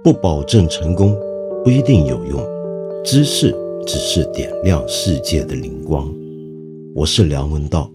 不保证成功，不一定有用。知识只是点亮世界的灵光。我是梁文道。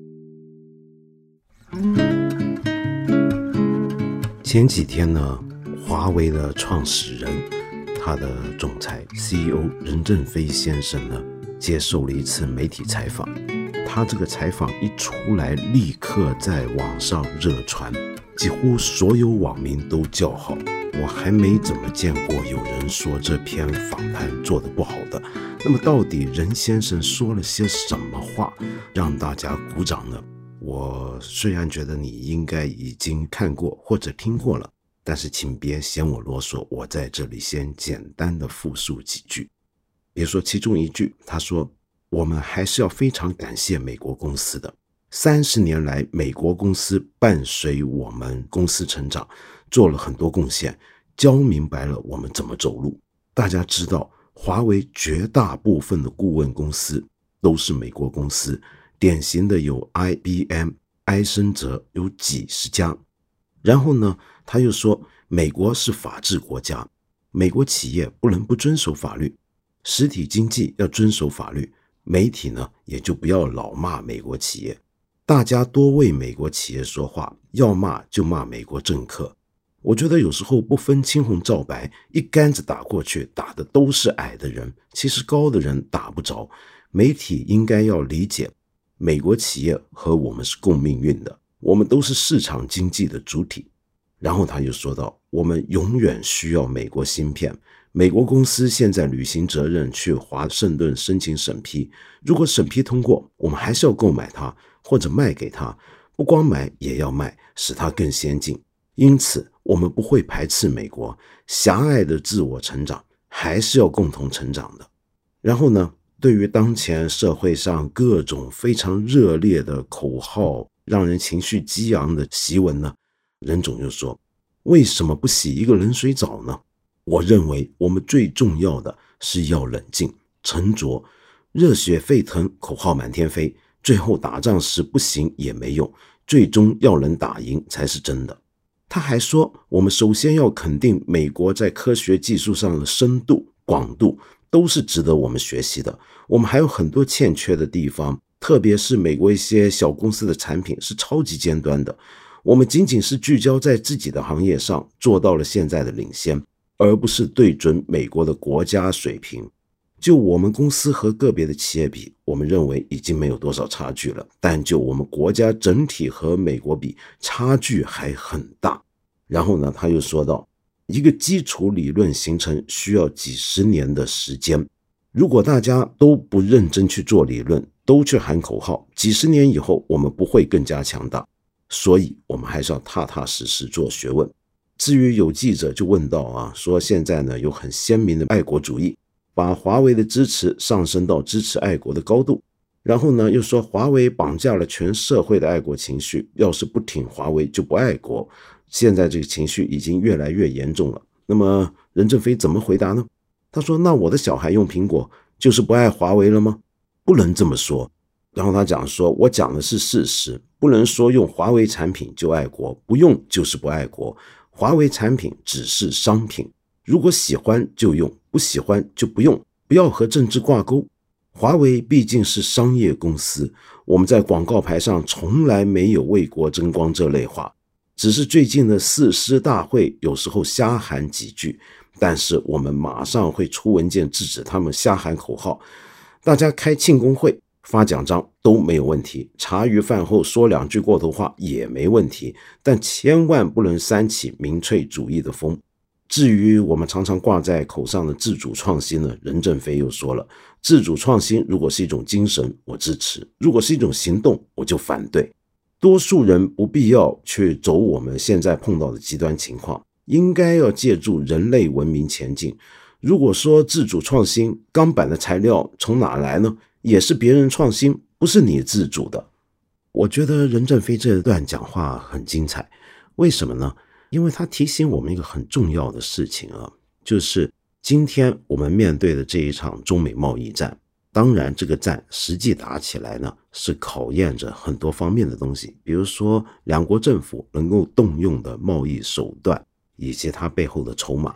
前几天呢，华为的创始人，他的总裁 CEO 任正非先生呢，接受了一次媒体采访。他这个采访一出来，立刻在网上热传，几乎所有网民都叫好。我还没怎么见过有人说这篇访谈做得不好的。那么到底任先生说了些什么话让大家鼓掌呢？我虽然觉得你应该已经看过或者听过了，但是请别嫌我啰嗦，我在这里先简单的复述几句。比如说其中一句，他说我们还是要非常感谢美国公司的，30年来美国公司伴随我们公司成长，做了很多贡献，教明白了我们怎么走路。大家知道华为绝大部分的顾问公司都是美国公司，典型的有 IBM、埃森哲，有几十家。然后呢，他又说美国是法治国家，美国企业不能不遵守法律，实体经济要遵守法律，媒体呢也就不要老骂美国企业，大家多为美国企业说话，要骂就骂美国政客。我觉得有时候不分青红皂白，一竿子打过去，打的都是矮的人，其实高的人打不着。媒体应该要理解，美国企业和我们是共命运的，我们都是市场经济的主体。然后他又说到，我们永远需要美国芯片，美国公司现在履行责任去华盛顿申请审批，如果审批通过，我们还是要购买它或者卖给它，不光买也要卖，使它更先进。因此我们不会排斥美国，狭隘的自我成长还是要共同成长的。然后呢，对于当前社会上各种非常热烈的口号，让人情绪激昂的檄文呢，任总又说，为什么不洗一个冷水澡呢？我认为我们最重要的是要冷静沉着，热血沸腾，口号满天飞，最后打仗时不行也没用，最终要能打赢才是真的。他还说，我们首先要肯定美国在科学技术上的深度广度都是值得我们学习的，我们还有很多欠缺的地方，特别是美国一些小公司的产品是超级尖端的，我们仅仅是聚焦在自己的行业上，做到了现在的领先，而不是对准美国的国家水平。就我们公司和个别的企业比，我们认为已经没有多少差距了，但就我们国家整体和美国比，差距还很大。然后呢，他又说到，一个基础理论形成需要几十年的时间，如果大家都不认真去做理论，都去喊口号，几十年以后我们不会更加强大，所以我们还是要踏踏实实做学问。至于有记者就问到说现在呢有很鲜明的爱国主义，把华为的支持上升到支持爱国的高度，然后呢又说华为绑架了全社会的爱国情绪，要是不挺华为就不爱国，现在这个情绪已经越来越严重了。那么任正非怎么回答呢？他说，那我的小孩用苹果就是不爱华为了吗？不能这么说。然后他讲说，我讲的是事实，不能说用华为产品就爱国，不用就是不爱国，华为产品只是商品，如果喜欢就用，不喜欢就不用，不要和政治挂钩。华为毕竟是商业公司，我们在广告牌上从来没有为国争光这类话，只是最近的誓师大会有时候瞎喊几句，但是我们马上会出文件制止他们瞎喊口号。大家开庆功会发奖章都没有问题，茶余饭后说两句过头话也没问题，但千万不能煽起民粹主义的风。至于我们常常挂在口上的自主创新呢，任正非又说了，自主创新如果是一种精神我支持，如果是一种行动我就反对。多数人不必要去走我们现在碰到的极端情况，应该要借助人类文明前进。如果说自主创新，钢板的材料从哪来呢？也是别人创新，不是你自主的。我觉得任正非这段讲话很精彩，为什么呢？因为他提醒我们一个很重要的事情就是今天我们面对的这一场中美贸易战，当然这个战实际打起来呢，是考验着很多方面的东西，比如说两国政府能够动用的贸易手段，以及它背后的筹码。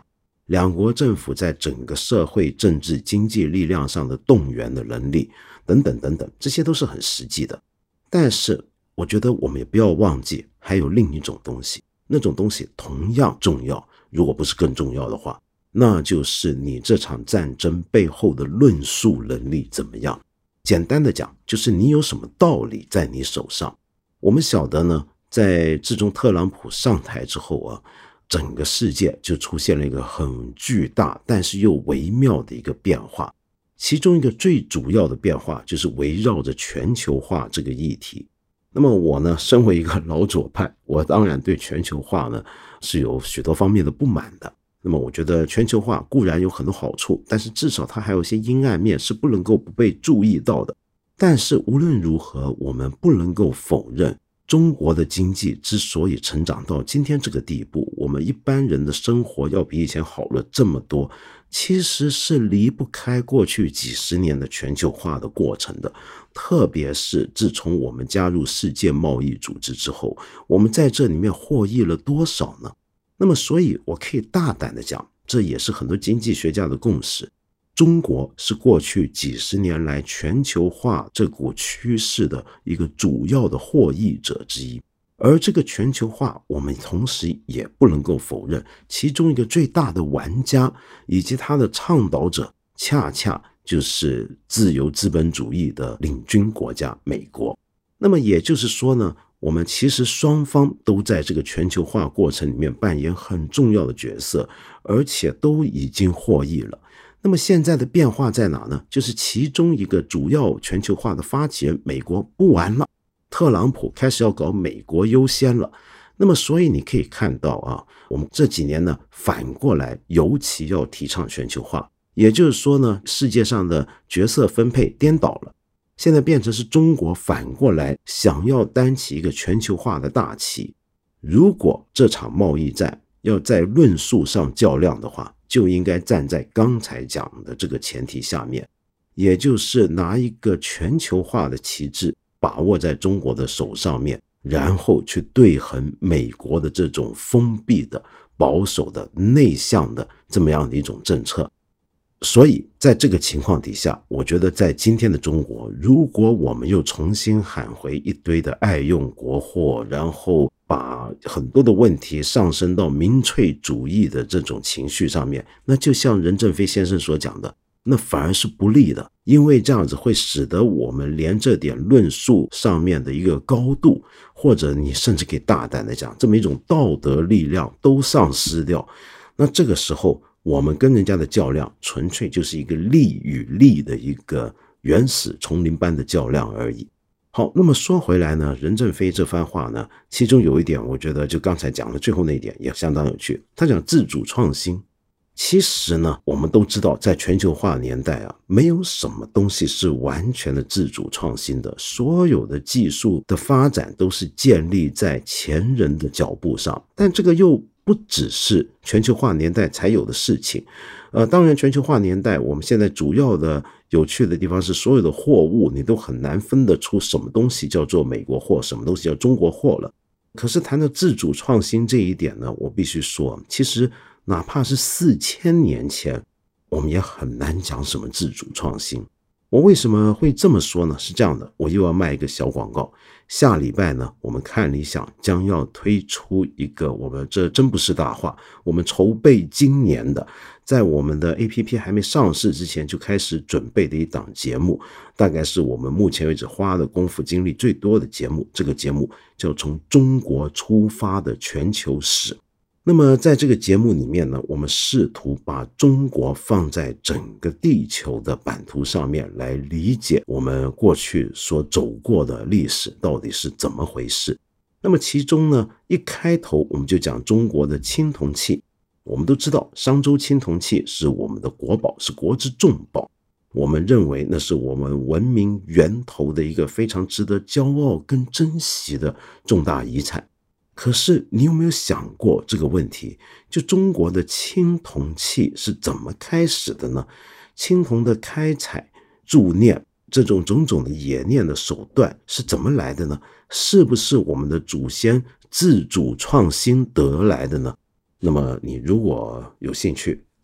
两国政府在整个社会、政治、经济力量上的动员的能力等等等等，这些都是很实际的。但是我觉得我们也不要忘记还有另一种东西，那种东西同样重要，如果不是更重要的话，那就是你这场战争背后的论述能力怎么样。简单的讲，就是你有什么道理在你手上。我们晓得呢，在自从特朗普上台之后啊，整个世界就出现了一个很巨大但是又微妙的一个变化。其中一个最主要的变化就是围绕着全球化这个议题。那么我呢，身为一个老左派，我当然对全球化呢是有许多方面的不满的。那么我觉得全球化固然有很多好处，但是至少它还有一些阴暗面是不能够不被注意到的。但是无论如何，我们不能够否认，中国的经济之所以成长到今天这个地步，我们一般人的生活要比以前好了这么多，其实是离不开过去几十年的全球化的过程的。特别是自从我们加入世界贸易组织之后，我们在这里面获益了多少呢？那么所以我可以大胆的讲，这也是很多经济学家的共识，中国是过去几十年来全球化这股趋势的一个主要的获益者之一。而这个全球化，我们同时也不能够否认，其中一个最大的玩家以及他的倡导者，恰恰就是自由资本主义的领军国家美国。那么也就是说呢，我们其实双方都在这个全球化过程里面扮演很重要的角色，而且都已经获益了。那么现在的变化在哪呢？就是其中一个主要全球化的发起人美国不玩了，特朗普开始要搞美国优先了。那么所以你可以看到啊，我们这几年呢反过来尤其要提倡全球化，也就是说呢，世界上的角色分配颠倒了，现在变成是中国反过来想要担起一个全球化的大旗。如果这场贸易战要在论述上较量的话，就应该站在刚才讲的这个前提下面，也就是拿一个全球化的旗帜把握在中国的手上面，然后去对衡美国的这种封闭的、保守的、内向的这么样的一种政策。所以在这个情况底下，我觉得在今天的中国，如果我们又重新喊回一堆的爱用国货，然后把很多的问题上升到民粹主义的这种情绪上面，那就像任正非先生所讲的，那反而是不利的，因为这样子会使得我们连这点论述上面的一个高度，或者你甚至可以大胆的讲，这么一种道德力量都丧失掉。那这个时候我们跟人家的较量纯粹就是一个利与利的一个原始丛林般的较量而已。好，那么说回来呢，任正非这番话呢，其中有一点我觉得就刚才讲的最后那一点也相当有趣，他讲自主创新。其实呢，我们都知道在全球化年代啊，没有什么东西是完全的自主创新的，所有的技术的发展都是建立在前人的脚步上，但这个又不只是全球化年代才有的事情。当然全球化年代我们现在主要的有趣的地方是，所有的货物你都很难分得出什么东西叫做美国货，什么东西叫中国货了。可是谈到自主创新这一点呢，我必须说，其实哪怕是4000年前，我们也很难讲什么自主创新。我为什么会这么说呢？是这样的，我又要卖一个小广告。下礼拜呢，我们看理想将要推出一个，我们这真不是大话，我们筹备今年的，在我们的 APP 还没上市之前就开始准备的一档节目，大概是我们目前为止花的功夫精力最多的节目。这个节目叫从中国出发的全球史。那么在这个节目里面呢，我们试图把中国放在整个地球的版图上面来理解我们过去所走过的历史到底是怎么回事。那么其中呢，一开头我们就讲中国的青铜器。我们都知道商周青铜器是我们的国宝，是国之重宝，我们认为那是我们文明源头的一个非常值得骄傲跟珍惜的重大遗产。可是你有没有想过这个问题，就中国的青铜器是怎么开始的呢？青铜的开采、铸炼这种种种的冶炼的手段是怎么来的呢？是不是我们的祖先自主创新得来的呢？那么你如果有兴趣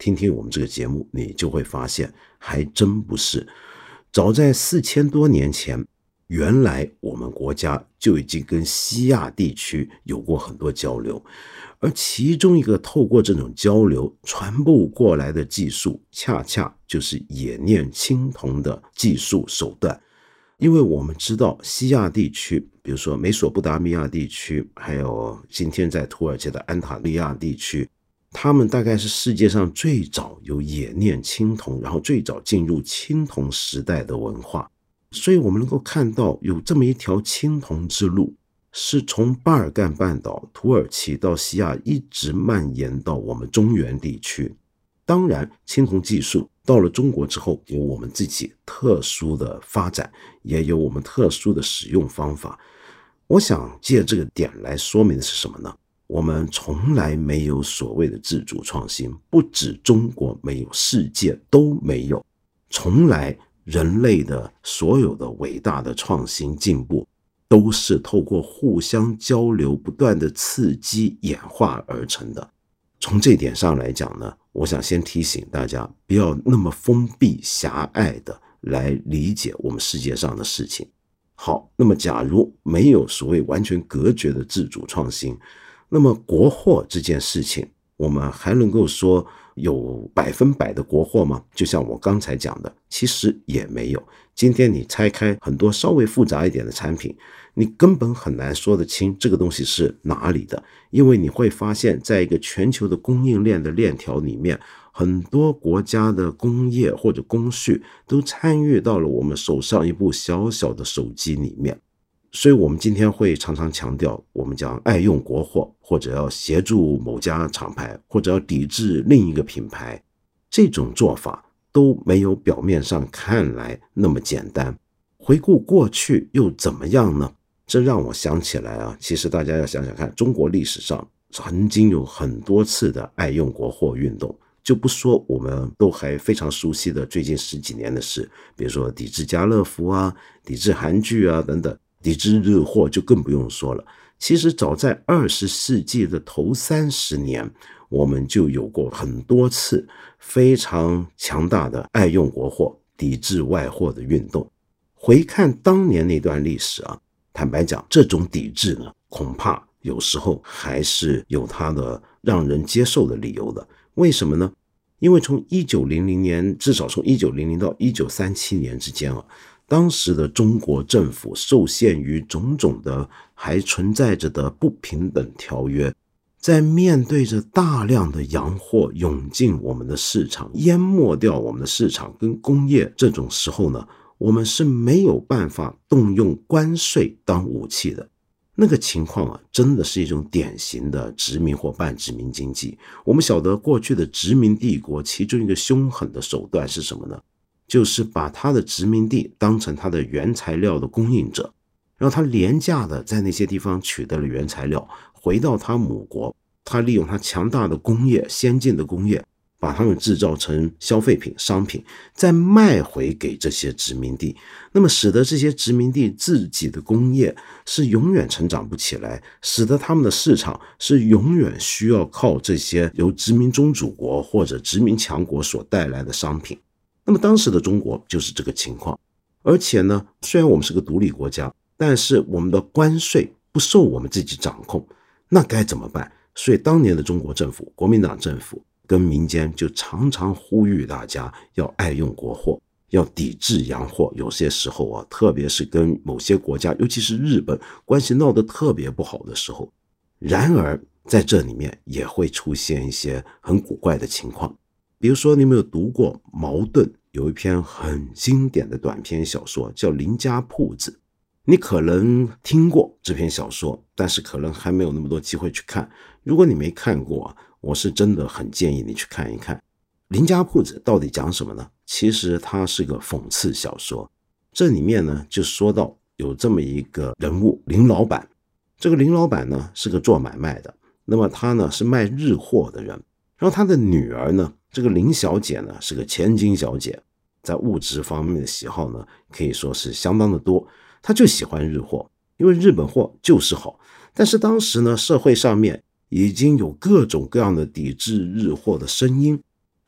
听听我们这个节目，你就会发现还真不是。早在4000多年前，原来我们国家就已经跟西亚地区有过很多交流，而其中一个透过这种交流传播过来的技术，恰恰就是冶炼青铜的技术手段。因为我们知道西亚地区，比如说美索不达米亚地区，还有今天在土耳其的安塔利亚地区，他们大概是世界上最早有冶炼青铜，然后最早进入青铜时代的文化。所以我们能够看到有这么一条青铜之路，是从巴尔干半岛、土耳其到西亚一直蔓延到我们中原地区。当然，青铜技术到了中国之后，有我们自己特殊的发展，也有我们特殊的使用方法。我想借这个点来说明的是什么呢？我们从来没有所谓的自主创新，不止中国没有，世界都没有。从来人类的所有的伟大的创新进步，都是透过互相交流不断的刺激演化而成的。从这点上来讲呢，我想先提醒大家不要那么封闭狭隘的来理解我们世界上的事情。好，那么假如没有所谓完全隔绝的自主创新，那么国货这件事情，我们还能够说有100%的国货吗？就像我刚才讲的，其实也没有。今天你拆开很多稍微复杂一点的产品，你根本很难说得清这个东西是哪里的，因为你会发现在一个全球的供应链的链条里面，很多国家的工业或者工序都参与到了我们手上一部小小的手机里面。所以我们今天会常常强调，我们讲爱用国货，或者要协助某家厂牌，或者要抵制另一个品牌，这种做法都没有表面上看来那么简单。回顾过去又怎么样呢？这让我想起来啊，其实大家要想想看，中国历史上曾经有很多次的爱用国货运动，就不说我们都还非常熟悉的最近10几年的事，比如说抵制家乐福啊，抵制韩剧啊等等，抵制日货就更不用说了。其实早在20世纪的头30年，我们就有过很多次非常强大的爱用国货、抵制外货的运动。回看当年那段历史啊，坦白讲，这种抵制呢，恐怕有时候还是有它的让人接受的理由的。为什么呢？因为从1900年，至少从1900到1937年之间啊，当时的中国政府受限于种种的还存在着的不平等条约，在面对着大量的洋货涌进我们的市场，淹没掉我们的市场跟工业，这种时候呢，我们是没有办法动用关税当武器的。那个情况啊，真的是一种典型的殖民或半殖民经济。我们晓得过去的殖民帝国其中一个凶狠的手段是什么呢？就是把他的殖民地当成他的原材料的供应者，然后他廉价的在那些地方取得了原材料，回到他母国，他利用他强大的工业、先进的工业，把它们制造成消费品、商品，再卖回给这些殖民地，那么使得这些殖民地自己的工业是永远成长不起来，使得他们的市场是永远需要靠这些由殖民宗主国或者殖民强国所带来的商品。那么当时的中国就是这个情况，而且呢，虽然我们是个独立国家，但是我们的关税不受我们自己掌控，那该怎么办？所以当年的中国政府，国民党政府跟民间就常常呼吁大家要爱用国货，要抵制洋货。有些时候啊，特别是跟某些国家，尤其是日本，关系闹得特别不好的时候。然而在这里面也会出现一些很古怪的情况。比如说，你有没有读过茅盾有一篇很经典的短篇小说叫《林家铺子》？你可能听过这篇小说，但是可能还没有那么多机会去看。如果你没看过啊，我是真的很建议你去看一看。林家铺子到底讲什么呢？其实它是个讽刺小说。这里面呢，就说到有这么一个人物林老板。这个林老板呢是个做买卖的，那么他呢是卖日货的人。然后他的女儿呢，这个林小姐呢是个千金小姐，在物质方面的喜好呢可以说是相当的多。他就喜欢日货，因为日本货就是好。但是当时呢，社会上面已经有各种各样的抵制日货的声音，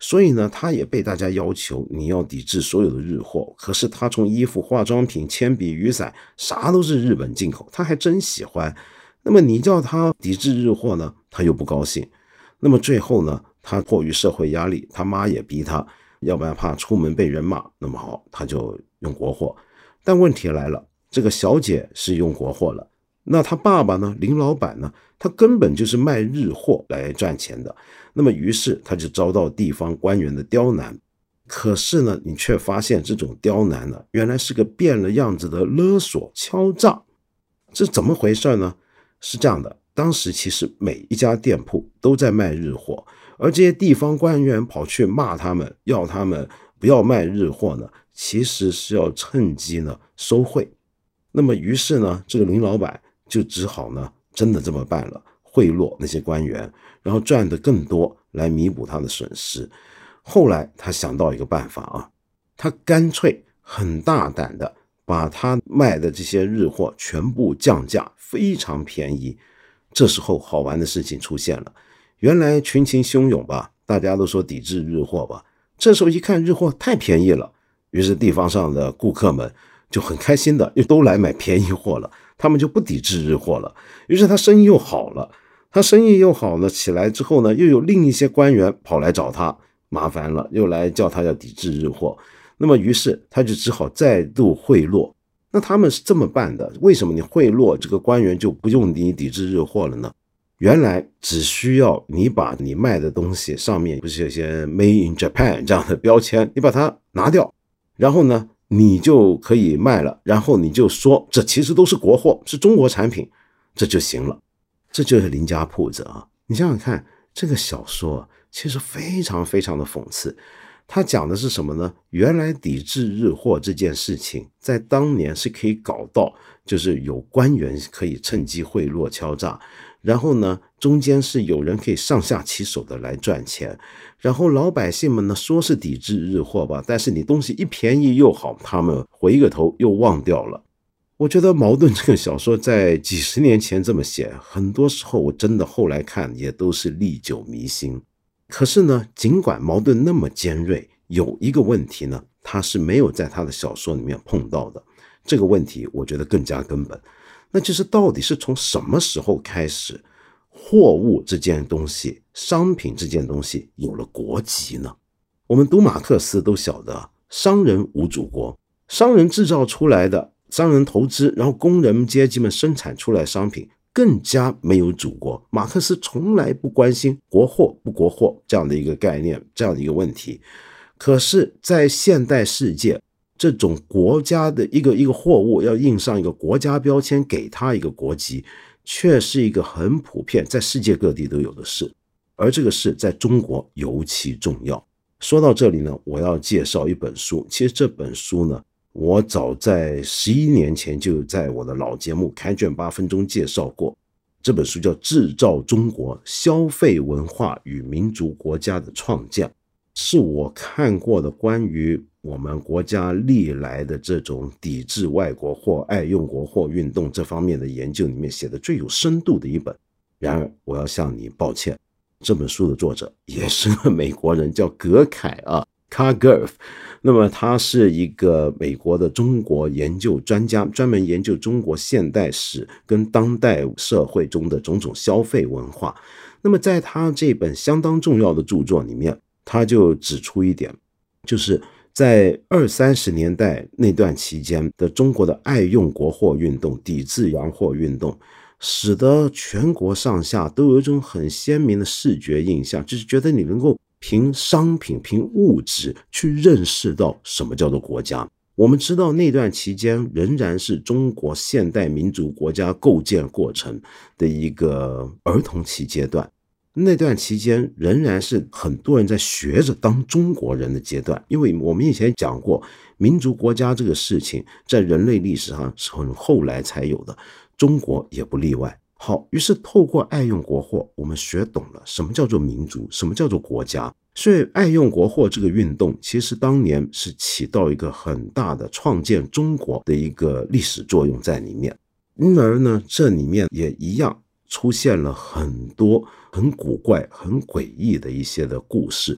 所以呢，他也被大家要求你要抵制所有的日货。可是他从衣服、化妆品、铅笔、雨伞，啥都是日本进口，他还真喜欢。那么你叫他抵制日货呢，他又不高兴。那么最后呢，他迫于社会压力，他妈也逼他，要不然怕出门被人骂，那么好，他就用国货。但问题来了，这个小姐是用国货了，那他爸爸呢，林老板呢，他根本就是卖日货来赚钱的。那么于是他就遭到地方官员的刁难。可是呢，你却发现这种刁难呢，原来是个变了样子的勒索敲诈。这怎么回事呢？是这样的，当时其实每一家店铺都在卖日货，而这些地方官员跑去骂他们，要他们不要卖日货呢，其实是要趁机呢收贿。那么于是呢，这个林老板就只好呢真的这么办了，贿赂那些官员，然后赚得更多来弥补他的损失。后来他想到一个办法啊，他干脆很大胆的把他卖的这些日货全部降价，非常便宜。这时候好玩的事情出现了，原来群情汹涌吧，大家都说抵制日货吧，这时候一看日货太便宜了，于是地方上的顾客们就很开心的又都来买便宜货了，他们就不抵制日货了。于是他生意又好了，起来之后呢，又有另一些官员跑来找他麻烦了，又来叫他要抵制日货。那么于是他就只好再度贿赂。那他们是这么办的，为什么你贿赂这个官员就不用你抵制日货了呢？原来只需要你把你卖的东西上面不是有些 Made in Japan 这样的标签，你把它拿掉，然后呢你就可以卖了，然后你就说这其实都是国货，是中国产品，这就行了。这就是林家铺子啊！你想想看，这个小说其实非常非常的讽刺。他讲的是什么呢？原来抵制日货这件事情在当年是可以搞到，就是有官员可以趁机贿赂敲诈，然后呢中间是有人可以上下其手的来赚钱，然后老百姓们呢说是抵制日货吧，但是你东西一便宜又好，他们回个头又忘掉了。我觉得茅盾这个小说在几十年前这么写，很多时候我真的后来看也都是历久弥新。可是呢，尽管茅盾那么尖锐，有一个问题呢，他是没有在他的小说里面碰到的。这个问题我觉得更加根本，那就是到底是从什么时候开始，货物这件东西，商品这件东西有了国籍呢？我们读马克思都晓得，商人无祖国，商人制造出来的，商人投资，然后工人阶级们生产出来商品，更加没有祖国。马克思从来不关心国货不国货这样的一个概念，这样的一个问题。可是在现代世界，这种国家的一个货物要印上一个国家标签，给它一个国籍，却是一个很普遍，在世界各地都有的事。而这个事在中国尤其重要。说到这里呢，我要介绍一本书。其实这本书呢，我早在11年前就在我的老节目开卷8分钟介绍过。这本书叫《制造中国：消费文化与民族国家的创建》，是我看过的关于我们国家历来的这种抵制外国货、爱用国货运动这方面的研究里面写的最有深度的一本。然而我要向你抱歉，这本书的作者也是个美国人，叫葛凯啊 Carl Gerf。 那么他是一个美国的中国研究专家，专门研究中国现代史跟当代社会中的种种消费文化。那么在他这本相当重要的著作里面，他就指出一点，就是在20-30年代那段期间的中国的爱用国货运动、抵制洋货运动，使得全国上下都有一种很鲜明的视觉印象，就是觉得你能够凭商品、凭物质去认识到什么叫做国家。我们知道那段期间仍然是中国现代民族国家构建过程的一个儿童期阶段，那段期间仍然是很多人在学着当中国人的阶段。因为我们以前讲过，民族国家这个事情在人类历史上是很后来才有的，中国也不例外。好，于是透过爱用国货，我们学懂了什么叫做民族，什么叫做国家。所以爱用国货这个运动其实当年是起到一个很大的创建中国的一个历史作用在里面。因而呢，这里面也一样出现了很多很古怪、很诡异的一些的故事。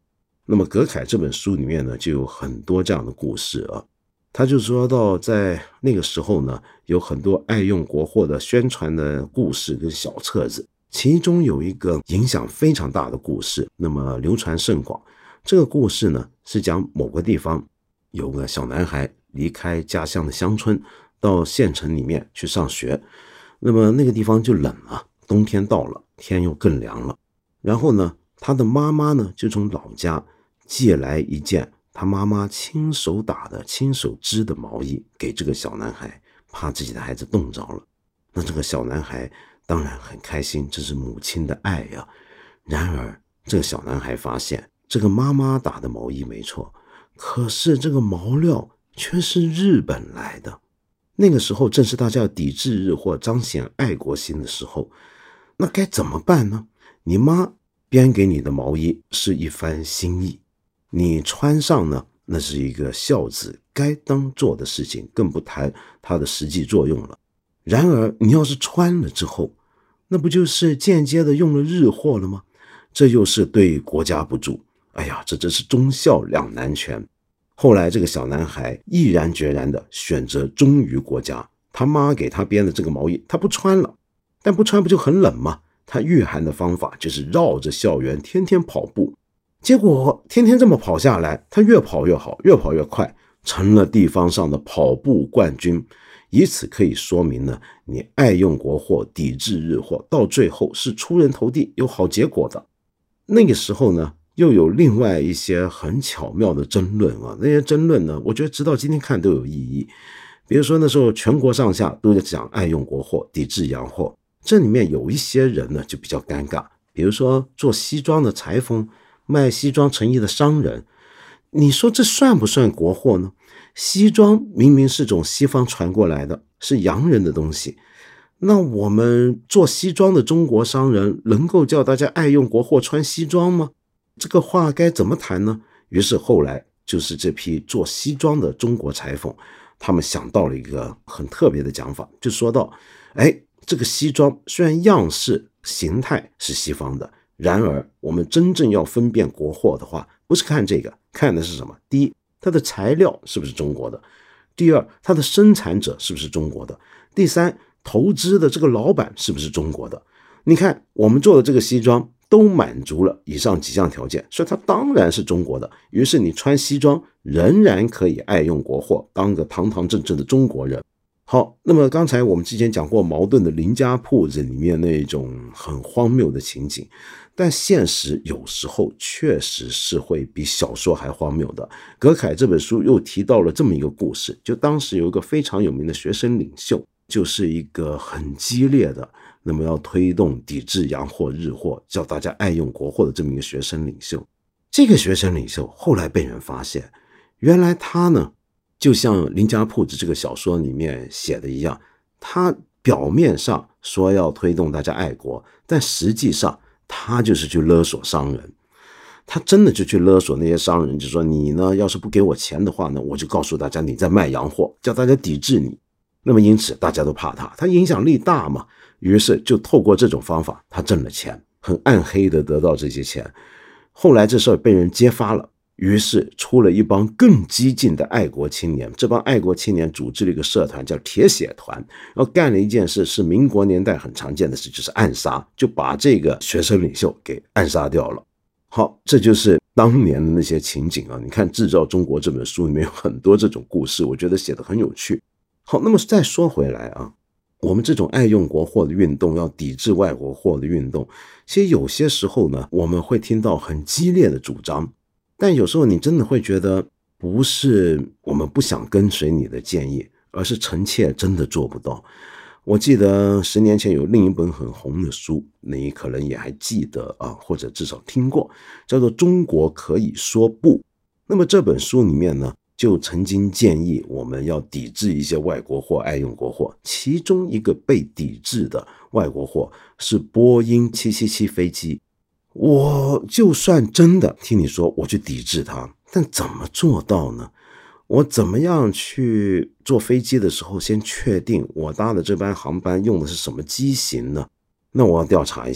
那么葛凯这本书里面呢，就有很多这样的故事啊。他就说到，在那个时候呢，有很多爱用国货的宣传的故事跟小册子，其中有一个影响非常大的故事，那么流传甚广。这个故事呢，是讲某个地方有个小男孩离开家乡的乡村，到县城里面去上学。那么那个地方就冷了，冬天到了，天又更凉了。然后呢，他的妈妈呢，就从老家借来一件他妈妈亲手打的、亲手织的毛衣给这个小男孩，怕自己的孩子冻着了。那这个小男孩当然很开心，这是母亲的爱呀。然而这个小男孩发现，这个妈妈打的毛衣没错，可是这个毛料却是日本来的。那个时候正是大家要抵制日货、彰显爱国心的时候，那该怎么办呢？你妈编给你的毛衣是一番心意，你穿上呢，那是一个孝子该当做的事情，更不谈它的实际作用了。然而你要是穿了之后，那不就是间接的用了日货了吗？这又是对国家不助。哎呀，这真是忠孝两难全。后来这个小男孩毅然决然的选择忠于国家，他妈给他编的这个毛衣他不穿了，但不穿不就很冷吗？他御寒的方法就是绕着校园天天跑步，结果天天这么跑下来，他越跑越好，越跑越快，成了地方上的跑步冠军。以此可以说明呢，你爱用国货，抵制日货，到最后是出人头地，有好结果的。那个时候呢，又有另外一些很巧妙的争论啊，那些争论呢，我觉得直到今天看都有意义。比如说那时候全国上下都在讲爱用国货，抵制洋货，这里面有一些人呢就比较尴尬，比如说做西装的裁缝，卖西装成衣的商人，你说这算不算国货呢？西装明明是种西方传过来的，是洋人的东西，那我们做西装的中国商人能够叫大家爱用国货穿西装吗？这个话该怎么谈呢？于是后来就是这批做西装的中国裁缝，他们想到了一个很特别的讲法，就说到，这个西装虽然样式形态是西方的，然而我们真正要分辨国货的话，不是看这个，看的是什么？第一，它的材料是不是中国的？第二，它的生产者是不是中国的？第三，投资的这个老板是不是中国的？你看我们做的这个西装都满足了以上几项条件，所以它当然是中国的。于是你穿西装仍然可以爱用国货，当个堂堂正正的中国人。好，那么刚才我们之前讲过矛盾的林家铺子里面那种很荒谬的情景，但现实有时候确实是会比小说还荒谬的。葛凯这本书又提到了这么一个故事，就当时有一个非常有名的学生领袖，就是一个很激烈的那么要推动抵制洋货日货，叫大家爱用国货的这么一个学生领袖。这个学生领袖后来被人发现，原来他呢就像林家铺子这个小说里面写的一样，他表面上说要推动大家爱国，但实际上他就是去勒索商人。他真的就去勒索那些商人，就说你呢要是不给我钱的话呢，我就告诉大家你在卖洋货，叫大家抵制你。那么因此大家都怕他，他影响力大嘛，于是就透过这种方法他挣了钱，很暗黑的得到这些钱。后来这事儿被人揭发了，于是出了一帮更激进的爱国青年，这帮爱国青年组织了一个社团叫铁血团，然后干了一件事是民国年代很常见的事，就是暗杀，就把这个学生领袖给暗杀掉了。好，这就是当年的那些情景啊！你看《制造中国》这本书里面有很多这种故事，我觉得写得很有趣。好，那么再说回来啊，我们这种爱用国货的运动，要抵制外国货的运动，其实有些时候呢，我们会听到很激烈的主张，但有时候你真的会觉得不是我们不想跟随你的建议，而是臣妾真的做不到。我记得10年前有另一本很红的书，你可能也还记得啊，或者至少听过，叫做《中国可以说不》。那么这本书里面呢，就曾经建议我们要抵制一些外国货，爱用国货。其中一个被抵制的外国货是波音777飞机。我就算真的听你说我去抵制它，但怎么做到呢？我怎么样去坐飞机的时候先确定我搭的这班航班用的是什么机型呢？那我要调查一下。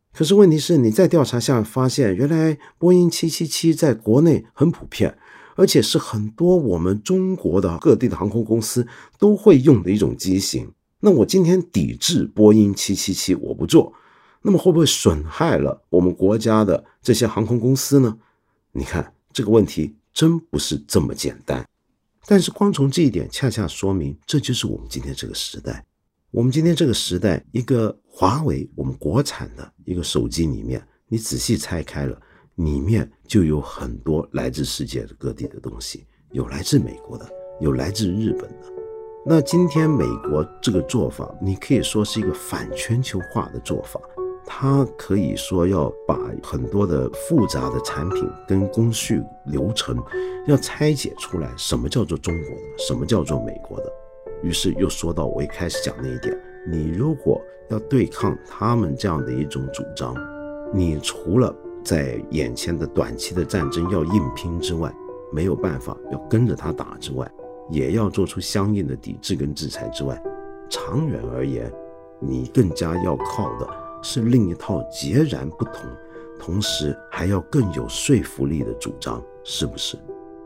可是问题是你在调查下发现，原来波音777在国内很普遍，而且是很多我们中国的各地的航空公司都会用的一种机型。那我今天抵制波音777我不做，那么会不会损害了我们国家的这些航空公司呢？你看这个问题真不是这么简单。但是光从这一点恰恰说明，这就是我们今天这个时代。我们今天这个时代，一个华为我们国产的一个手机里面，你仔细拆开了，里面就有很多来自世界各地的东西，有来自美国的，有来自日本的。那今天美国这个做法，你可以说是一个反全球化的做法，它可以说要把很多的复杂的产品跟工序流程要拆解出来，什么叫做中国的，什么叫做美国的。于是又说到我一开始讲那一点，你如果要对抗他们这样的一种主张，你除了在眼前的短期的战争要硬拼之外，没有办法要跟着他打之外，也要做出相应的抵制跟制裁之外，长远而言，你更加要靠的是另一套截然不同，同时还要更有说服力的主张，是不是？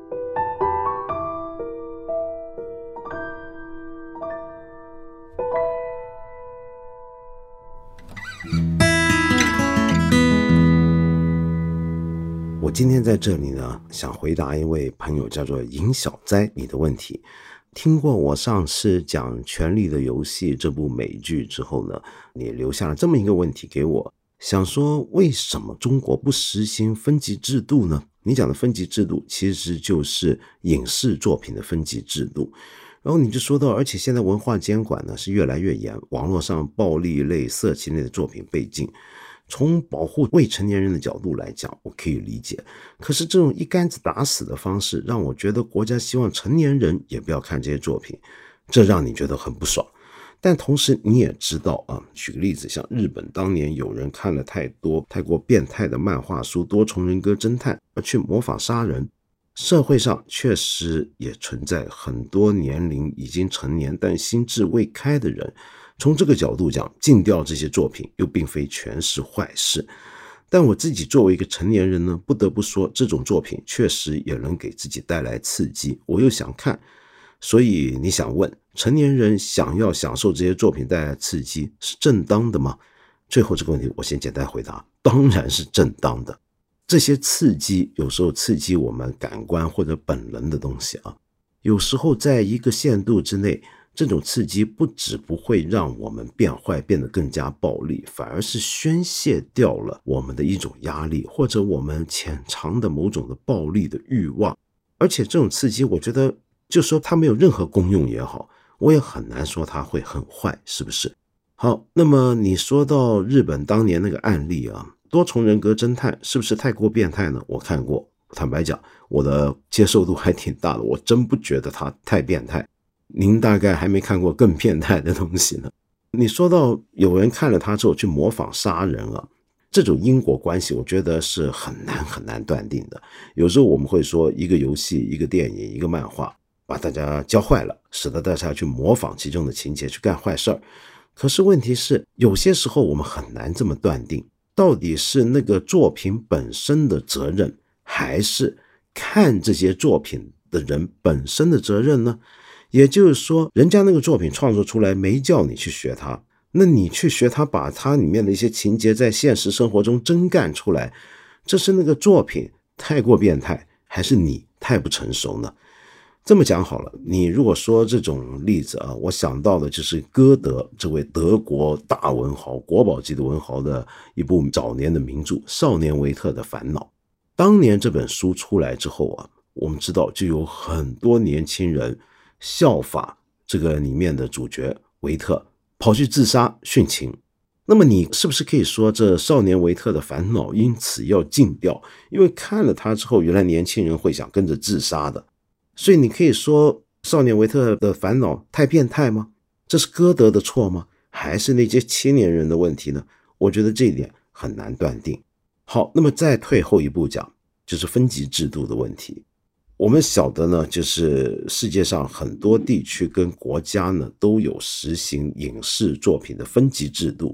我今天在这里呢，想回答一位朋友叫做尹小斋你的问题。听过我上次讲《权力的游戏》这部美剧之后呢，你留下了这么一个问题给我，想说为什么中国不实行分级制度呢？你讲的分级制度其实就是影视作品的分级制度。然后你就说到，而且现在文化监管呢是越来越严，网络上暴力类、色情类的作品被禁。从保护未成年人的角度来讲，我可以理解。可是这种一竿子打死的方式，让我觉得国家希望成年人也不要看这些作品，这让你觉得很不爽。但同时你也知道啊，举个例子，像日本当年有人看了太过变态的漫画书《多重人格侦探》而去模仿杀人，社会上确实也存在很多年龄已经成年但心智未开的人。从这个角度讲，禁掉这些作品又并非全是坏事。但我自己作为一个成年人呢，不得不说这种作品确实也能给自己带来刺激，我又想看。所以你想问，成年人想要享受这些作品带来刺激是正当的吗？最后这个问题我先简单回答，当然是正当的。这些刺激有时候刺激我们感官或者本能的东西啊，有时候在一个限度之内，这种刺激不只不会让我们变坏变得更加暴力，反而是宣泄掉了我们的一种压力，或者我们潜藏的某种的暴力的欲望。而且这种刺激我觉得就说它没有任何功用也好，我也很难说它会很坏，是不是？好，那么你说到日本当年那个案例啊，多重人格侦探是不是太过变态呢？我看过，坦白讲我的接受度还挺大的，我真不觉得它太变态。您大概还没看过更变态的东西呢。你说到有人看了它之后去模仿杀人啊，这种因果关系我觉得是很难断定的。有时候我们会说一个游戏、一个电影、一个漫画把大家教坏了，使得大家去模仿其中的情节去干坏事儿。可是问题是有些时候我们很难这么断定，到底是那个作品本身的责任，还是看这些作品的人本身的责任呢？也就是说，人家那个作品创作出来没叫你去学它，那你去学它，把它里面的一些情节在现实生活中真干出来，这是那个作品太过变态，还是你太不成熟呢？这么讲好了，你如果说这种例子啊，我想到的就是歌德这位德国大文豪、国宝级的文豪的一部早年的名著《少年维特的烦恼》。当年这本书出来之后啊，我们知道就有很多年轻人效法这个里面的主角维特，跑去自杀殉情。那么你是不是可以说这少年维特的烦恼因此要禁掉？因为看了他之后，原来年轻人会想跟着自杀的。所以你可以说少年维特的烦恼太变态吗？这是歌德的错吗？还是那些青年人的问题呢？我觉得这一点很难断定。好，那么再退后一步讲，就是分级制度的问题。我们晓得呢，就是世界上很多地区跟国家呢都有实行影视作品的分级制度。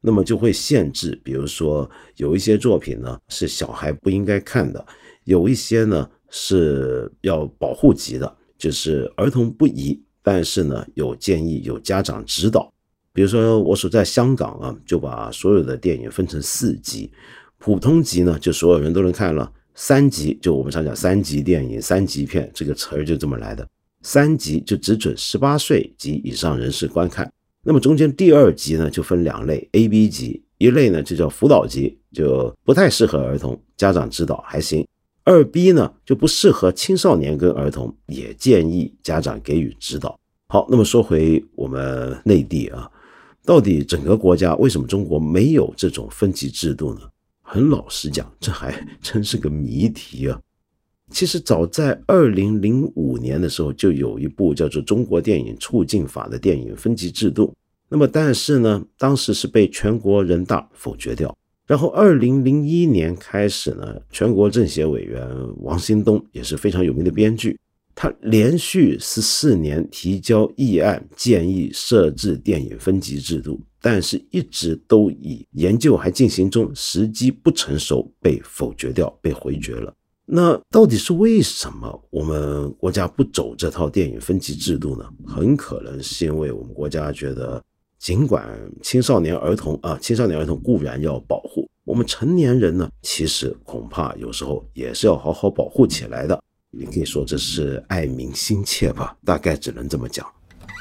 那么就会限制，比如说有一些作品呢是小孩不应该看的，有一些呢是要保护级的，就是儿童不宜，但是呢有建议有家长指导。比如说我所在香港啊，就把所有的电影分成4级，普通级呢就所有人都能看了，3级就我们常讲3级电影3级片，这个词儿就这么来的，3级就只准18岁及以上人士观看。那么中间第2级呢就分2类 A、B 级，一类呢就叫辅导级，就不太适合儿童，家长指导还行。2B 呢就不适合青少年跟儿童，也建议家长给予指导。好，那么说回我们内地啊，到底整个国家为什么中国没有这种分级制度呢？很老实讲，这还真是个谜题啊。其实早在2005年的时候就有一部叫做《中国电影促进法》的电影分级制度，那么但是呢当时是被全国人大否决掉。然后2001年开始呢，全国政协委员王新东也是非常有名的编剧，他连续14年提交议案建议设置电影分级制度，但是一直都以研究还进行中，时机不成熟被否决掉，被回绝了。那到底是为什么我们国家不走这套电影分级制度呢？很可能是因为我们国家觉得，尽管青少年儿童固然要保护，我们成年人呢，其实恐怕有时候也是要好好保护起来的。你可以说这是爱民心切吧，大概只能这么讲。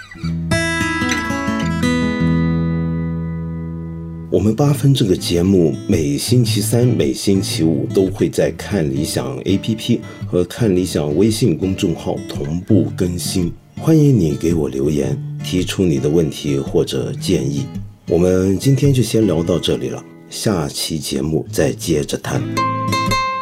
我们8分这个节目每星期3、每星期5都会在看理想 APP 和看理想微信公众号同步更新，欢迎你给我留言，提出你的问题或者建议。我们今天就先聊到这里了，下期节目再接着谈。